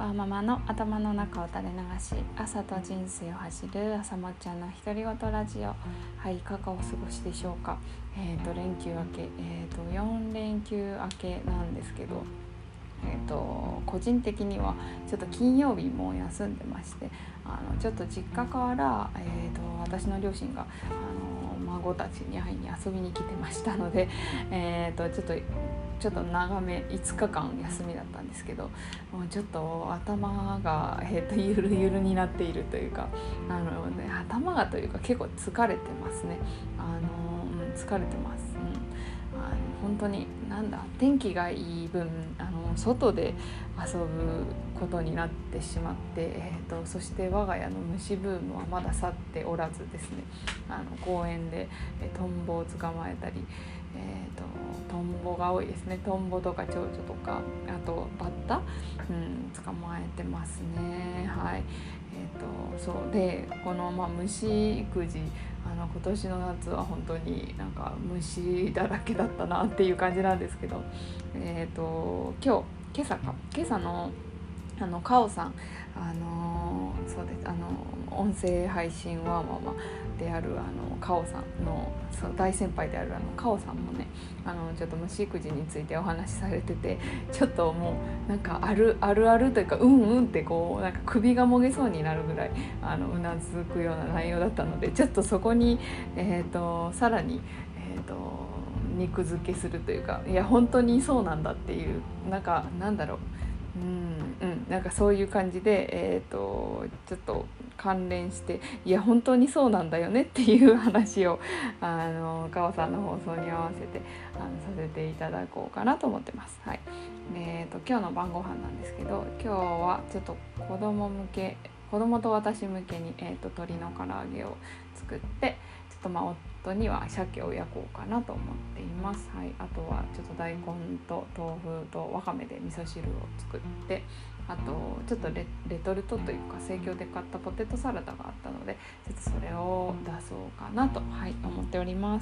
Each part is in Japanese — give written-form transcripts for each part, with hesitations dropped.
ワーママの頭の中を垂れ流し、朝と人生を走る朝もっちゃんの独り言ラジオ。はい、いかがお過ごしでしょうか。連休明け、4連休明けなんですけど、個人的にはちょっと金曜日も休んでまして、ちょっと実家から、私の両親が孫たちに会いに遊びに来てましたので、ちょっと長め5日間休みだったんですけど、もうちょっと頭が、ゆるゆるになっているというか、頭がというか結構疲れてますね。疲れてます。本当に天気がいい分外で遊ぶことになってしまって、そして我が家の虫ブームはまだ去っておらずですね、公園でトンボを捕まえたり、トンボが多いですね。トンボとか蝶々とか、あとバッタ、捕まえてますね。はい。そうで、この虫育児、今年の夏は本当に虫だらけだったなっていう感じなんですけど、今朝のカオさん、そうです、音声配信ワーママであるカオさんの大先輩であるカオさんもね、ちょっと虫育児についてお話しされてて、ちょっともうあるあるというかってこう首がもげそうになるぐらいうなずくような内容だったので、ちょっとそこに、さらに、肉付けするというか、いや本当にそうなんだっていう、なんだろう、そういう感じで、ちょっと関連して、いや本当にそうなんだよねっていう話をカオさんの放送に合わせてさせていただこうかなと思ってます。はい。今日の晩ご飯なんですけど、今日はちょっと子供と私向けに、鶏の唐揚げを作って、ちょっと夫には鮭を焼こうかなと思っています。はい。あとはちょっと大根と豆腐とわかめで味噌汁を作って、あとちょっと レトルトというか生協で買ったポテトサラダがあったので、ちょっとそれを出そうかなと、思っております。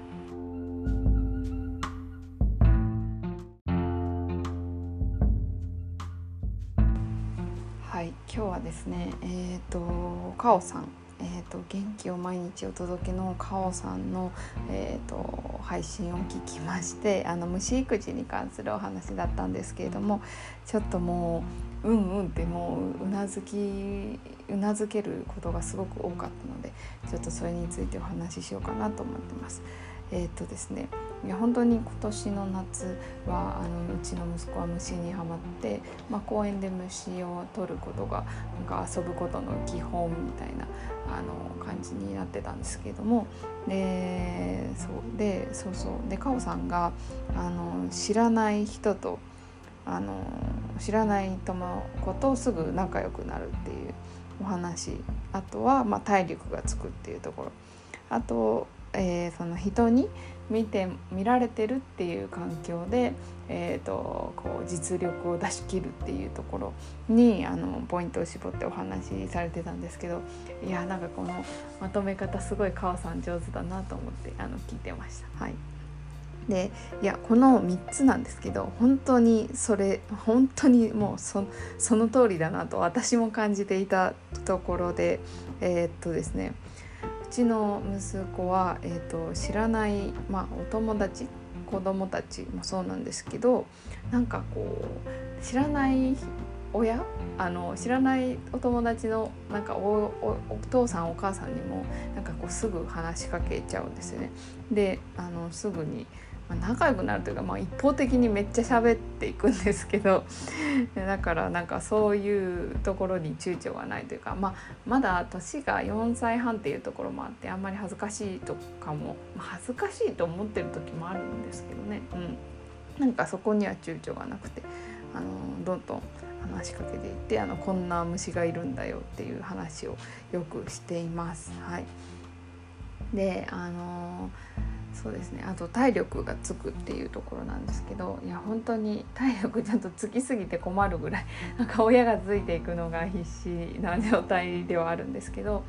はい、今日はですね、カオさん、元気を毎日お届けのカオさんの、配信を聞きまして、虫育児に関するお話だったんですけれども、ちょっともうってもううなずけることがすごく多かったので、ちょっとそれについてお話ししようかなと思ってます。ですね、いや本当に今年の夏はうちの息子は虫にはまって、公園で虫を取ることが遊ぶことの基本みたいな感じになってたんですけれども、でカオさんが知らない人と知らない子とすぐ仲良くなるっていうお話、あとは体力がつくっていうところ、あとその人に見られてるっていう環境で、こう実力を出し切るっていうところにポイントを絞ってお話しされてたんですけど、いやこのまとめ方すごい川さん上手だなと思って聞いてました。はい。でこの3つなんですけど、本当にもうその通りだなと私も感じていたところで、ですね、うちの息子は、知らない、お友達子供たちもそうなんですけど、知らない親知らないお友達のお父さんお母さんにもすぐ話しかけちゃうんですよね。ですぐに仲良くなるというか、一方的にめっちゃ喋っていくんですけど、だからそういうところに躊躇がないというか、まだ年が4歳半っていうところもあって、あんまり恥ずかしいとかも、恥ずかしいと思ってる時もあるんですけどね、そこには躊躇がなくてどんどん話しかけていって、こんな虫がいるんだよっていう話をよくしています。はい。でそうですね、あと体力がつくっていうところなんですけど、いや本当に体力ちゃんとつきすぎて困るぐらい親がついていくのが必死な状態ではあるんですけど、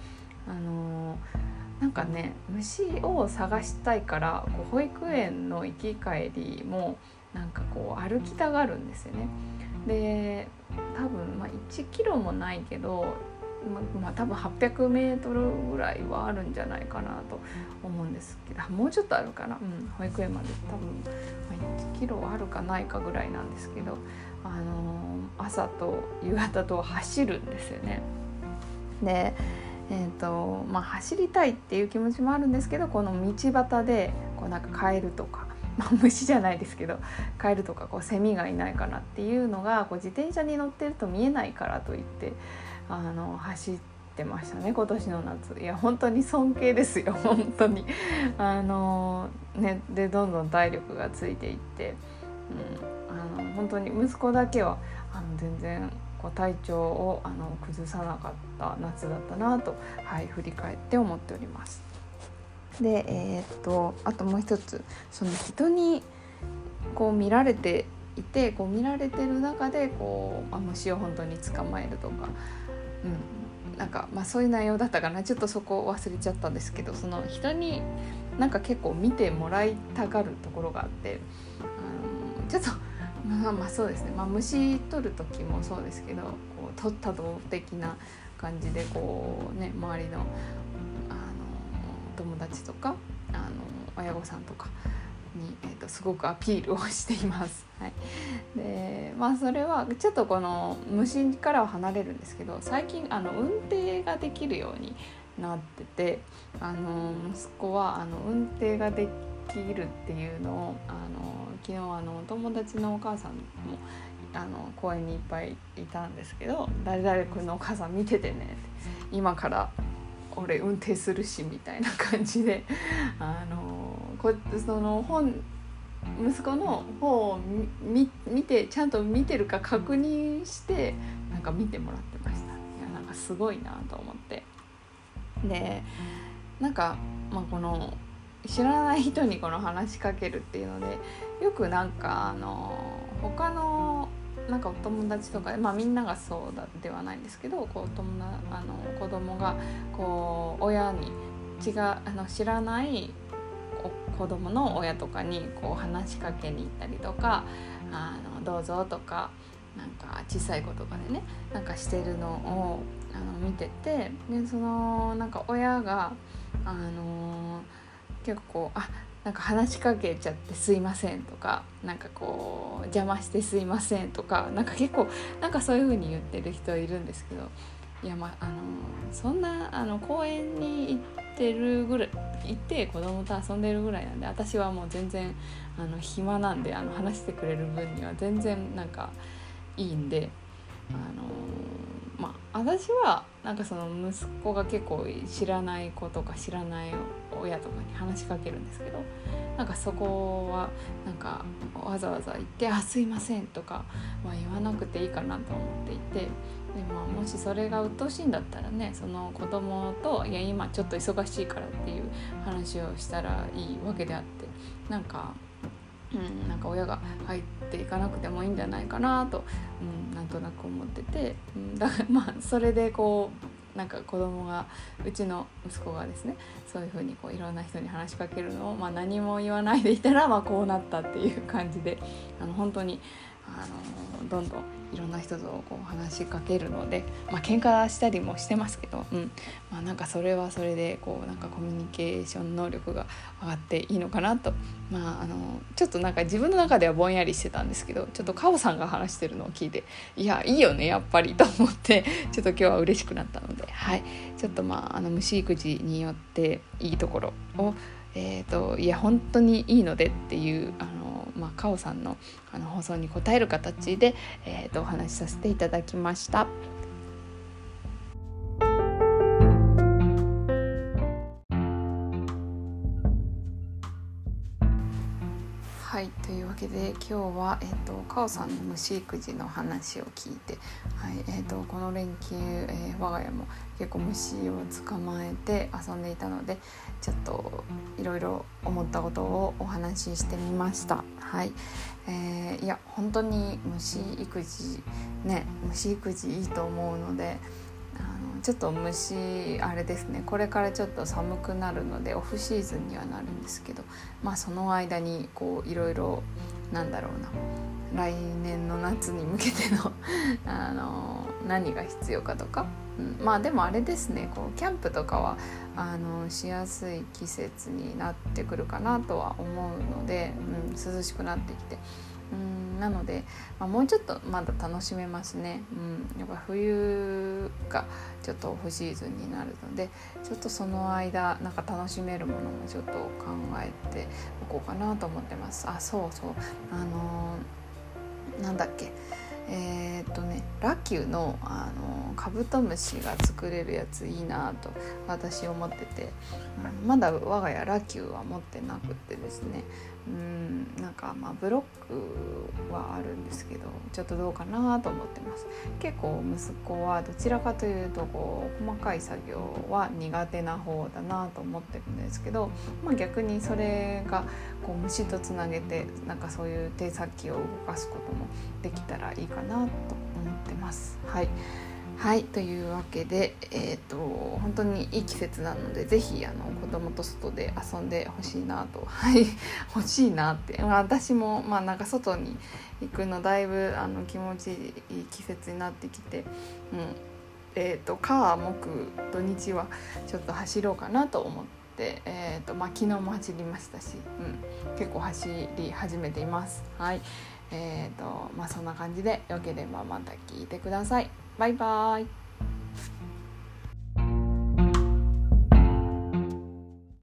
虫を探したいから保育園の行き帰りもなんかこう歩きたがるんですよね。で多分1キロもないけど、多分800メートルぐらいはあるんじゃないかなと思うんですけど、もうちょっとあるかな、保育園まで多分1キロあるかないかぐらいなんですけど、朝と夕方と走るんですよね。で走りたいっていう気持ちもあるんですけど、この道端でこうなんかカエルとか、虫じゃないですけどカエルとかこうセミがいないかなっていうのがこう自転車に乗ってると見えないからといって走ってましたね、今年の夏。いや本当に尊敬ですよ本当にでどんどん体力がついていって、本当に息子だけは全然こう体調を崩さなかった夏だったなと、振り返って思っております。であともう一つ、その人にこう見られていて、こう見られてる中でこう虫を本当に捕まえるとか、なんかそういう内容だったかな、ちょっとそこ忘れちゃったんですけど、その人になんか結構見てもらいたがるところがあって、ちょっとそうですね、虫取る時もそうですけど、こう取った動的な感じでこうね、周りの友達とか親御さんとかに、すごくアピールをしています。でそれはちょっとこの虫からは離れるんですけど、最近運転ができるようになってて、息子は運転ができるっていうのを昨日友達のお母さんも公園にいっぱいいたんですけど、誰々君のお母さん見ててね、今から俺運転するしみたいな感じでその息子の方を見て、ちゃんと見てるか確認してなんか見てもらってました。いやなんかすごいなと思って。でなんかこの知らない人にこの話しかけるっていうので、よくなんか他のなんかお友達とかで、みんながそうではないんですけど、こう子供がこう親に知らない子供の親とかにこう話しかけに行ったりとか、どうぞとか、なんか小さい子とかでねなんかしてるのを見てて、でそのなんか親が結構なんか話しかけちゃってすいませんとか、なんかこう邪魔してすいませんとか、なんか結構なんかそういう風に言ってる人いるんですけど、いやそんな公園に行って子供と遊んでるぐらいなんで、私はもう全然暇なんで話してくれる分には全然なんかいいんで、私はなんかその息子が結構知らない子とか知らない親とかに話しかけるんですけど、なんかそこはなんかわざわざ言ってすいませんとかは言わなくていいかなと思っていて、でもしそれが鬱陶しいんだったらね、その子供といや今ちょっと忙しいからっていう話をしたらいいわけであって、なんか親が入っていかなくてもいいんじゃないかなと、なんとなく思ってて、だからそれでこうなんか子供がうちの息子がですね、そういう風にこういろんな人に話しかけるのを、何も言わないでいたらこうなったっていう感じで、本当にどんどんいろんな人とこう話しかけるので、喧嘩したりもしてますけど、なんかそれはそれでこうなんかコミュニケーション能力が上がっていいのかなと、ちょっとなんか自分の中ではぼんやりしてたんですけど、ちょっとカオさんが話してるのを聞いて、いやいいよねやっぱりと思って、ちょっと今日は嬉しくなったので、ちょっと虫育児によっていいところをいや本当にいいのでっていうカオさんの放送に答える形で、お話しさせていただきました。というわけで今日は、カオさんの虫育児の話を聞いて、この連休、我が家も結構虫を捕まえて遊んでいたので、ちょっといろいろ思ったことをお話ししてみました。いや本当に虫育児いいと思うので、ちょっと虫あれですね、これからちょっと寒くなるのでオフシーズンにはなるんですけど、その間にこういろいろなんだろうな、来年の夏に向けての何が必要かとか、まあでもあれですね、こうキャンプとかはしやすい季節になってくるかなとは思うので、涼しくなってきて、なので、もうちょっとまだ楽しめますね。やっぱ冬がちょっとオフシーズンになるので、ちょっとその間なんか楽しめるものもちょっと考えておこうかなと思ってます。そうそう、なんだっけ、ラキューの、カブトムシが作れるやついいなと私思ってて、まだ我が家ラキューは持ってなくてですね、なんかブロックはあるんですけど、ちょっとどうかなと思ってます。結構息子はどちらかというとこう細かい作業は苦手な方だなと思ってるんですけど、逆にそれがこう虫とつなげてなんかそういう手先を動かすこともできたらいいかなと思ってます。はい、というわけで、本当にいい季節なので、ぜひ子供と外で遊んでほしいなと欲しいなって、私もなんか外に行くのだいぶ気持ちいい季節になってきて、火木土日はちょっと走ろうかなと思って、昨日も走りましたし、結構走り始めています。そんな感じでよければまた聞いてください。バイバイ。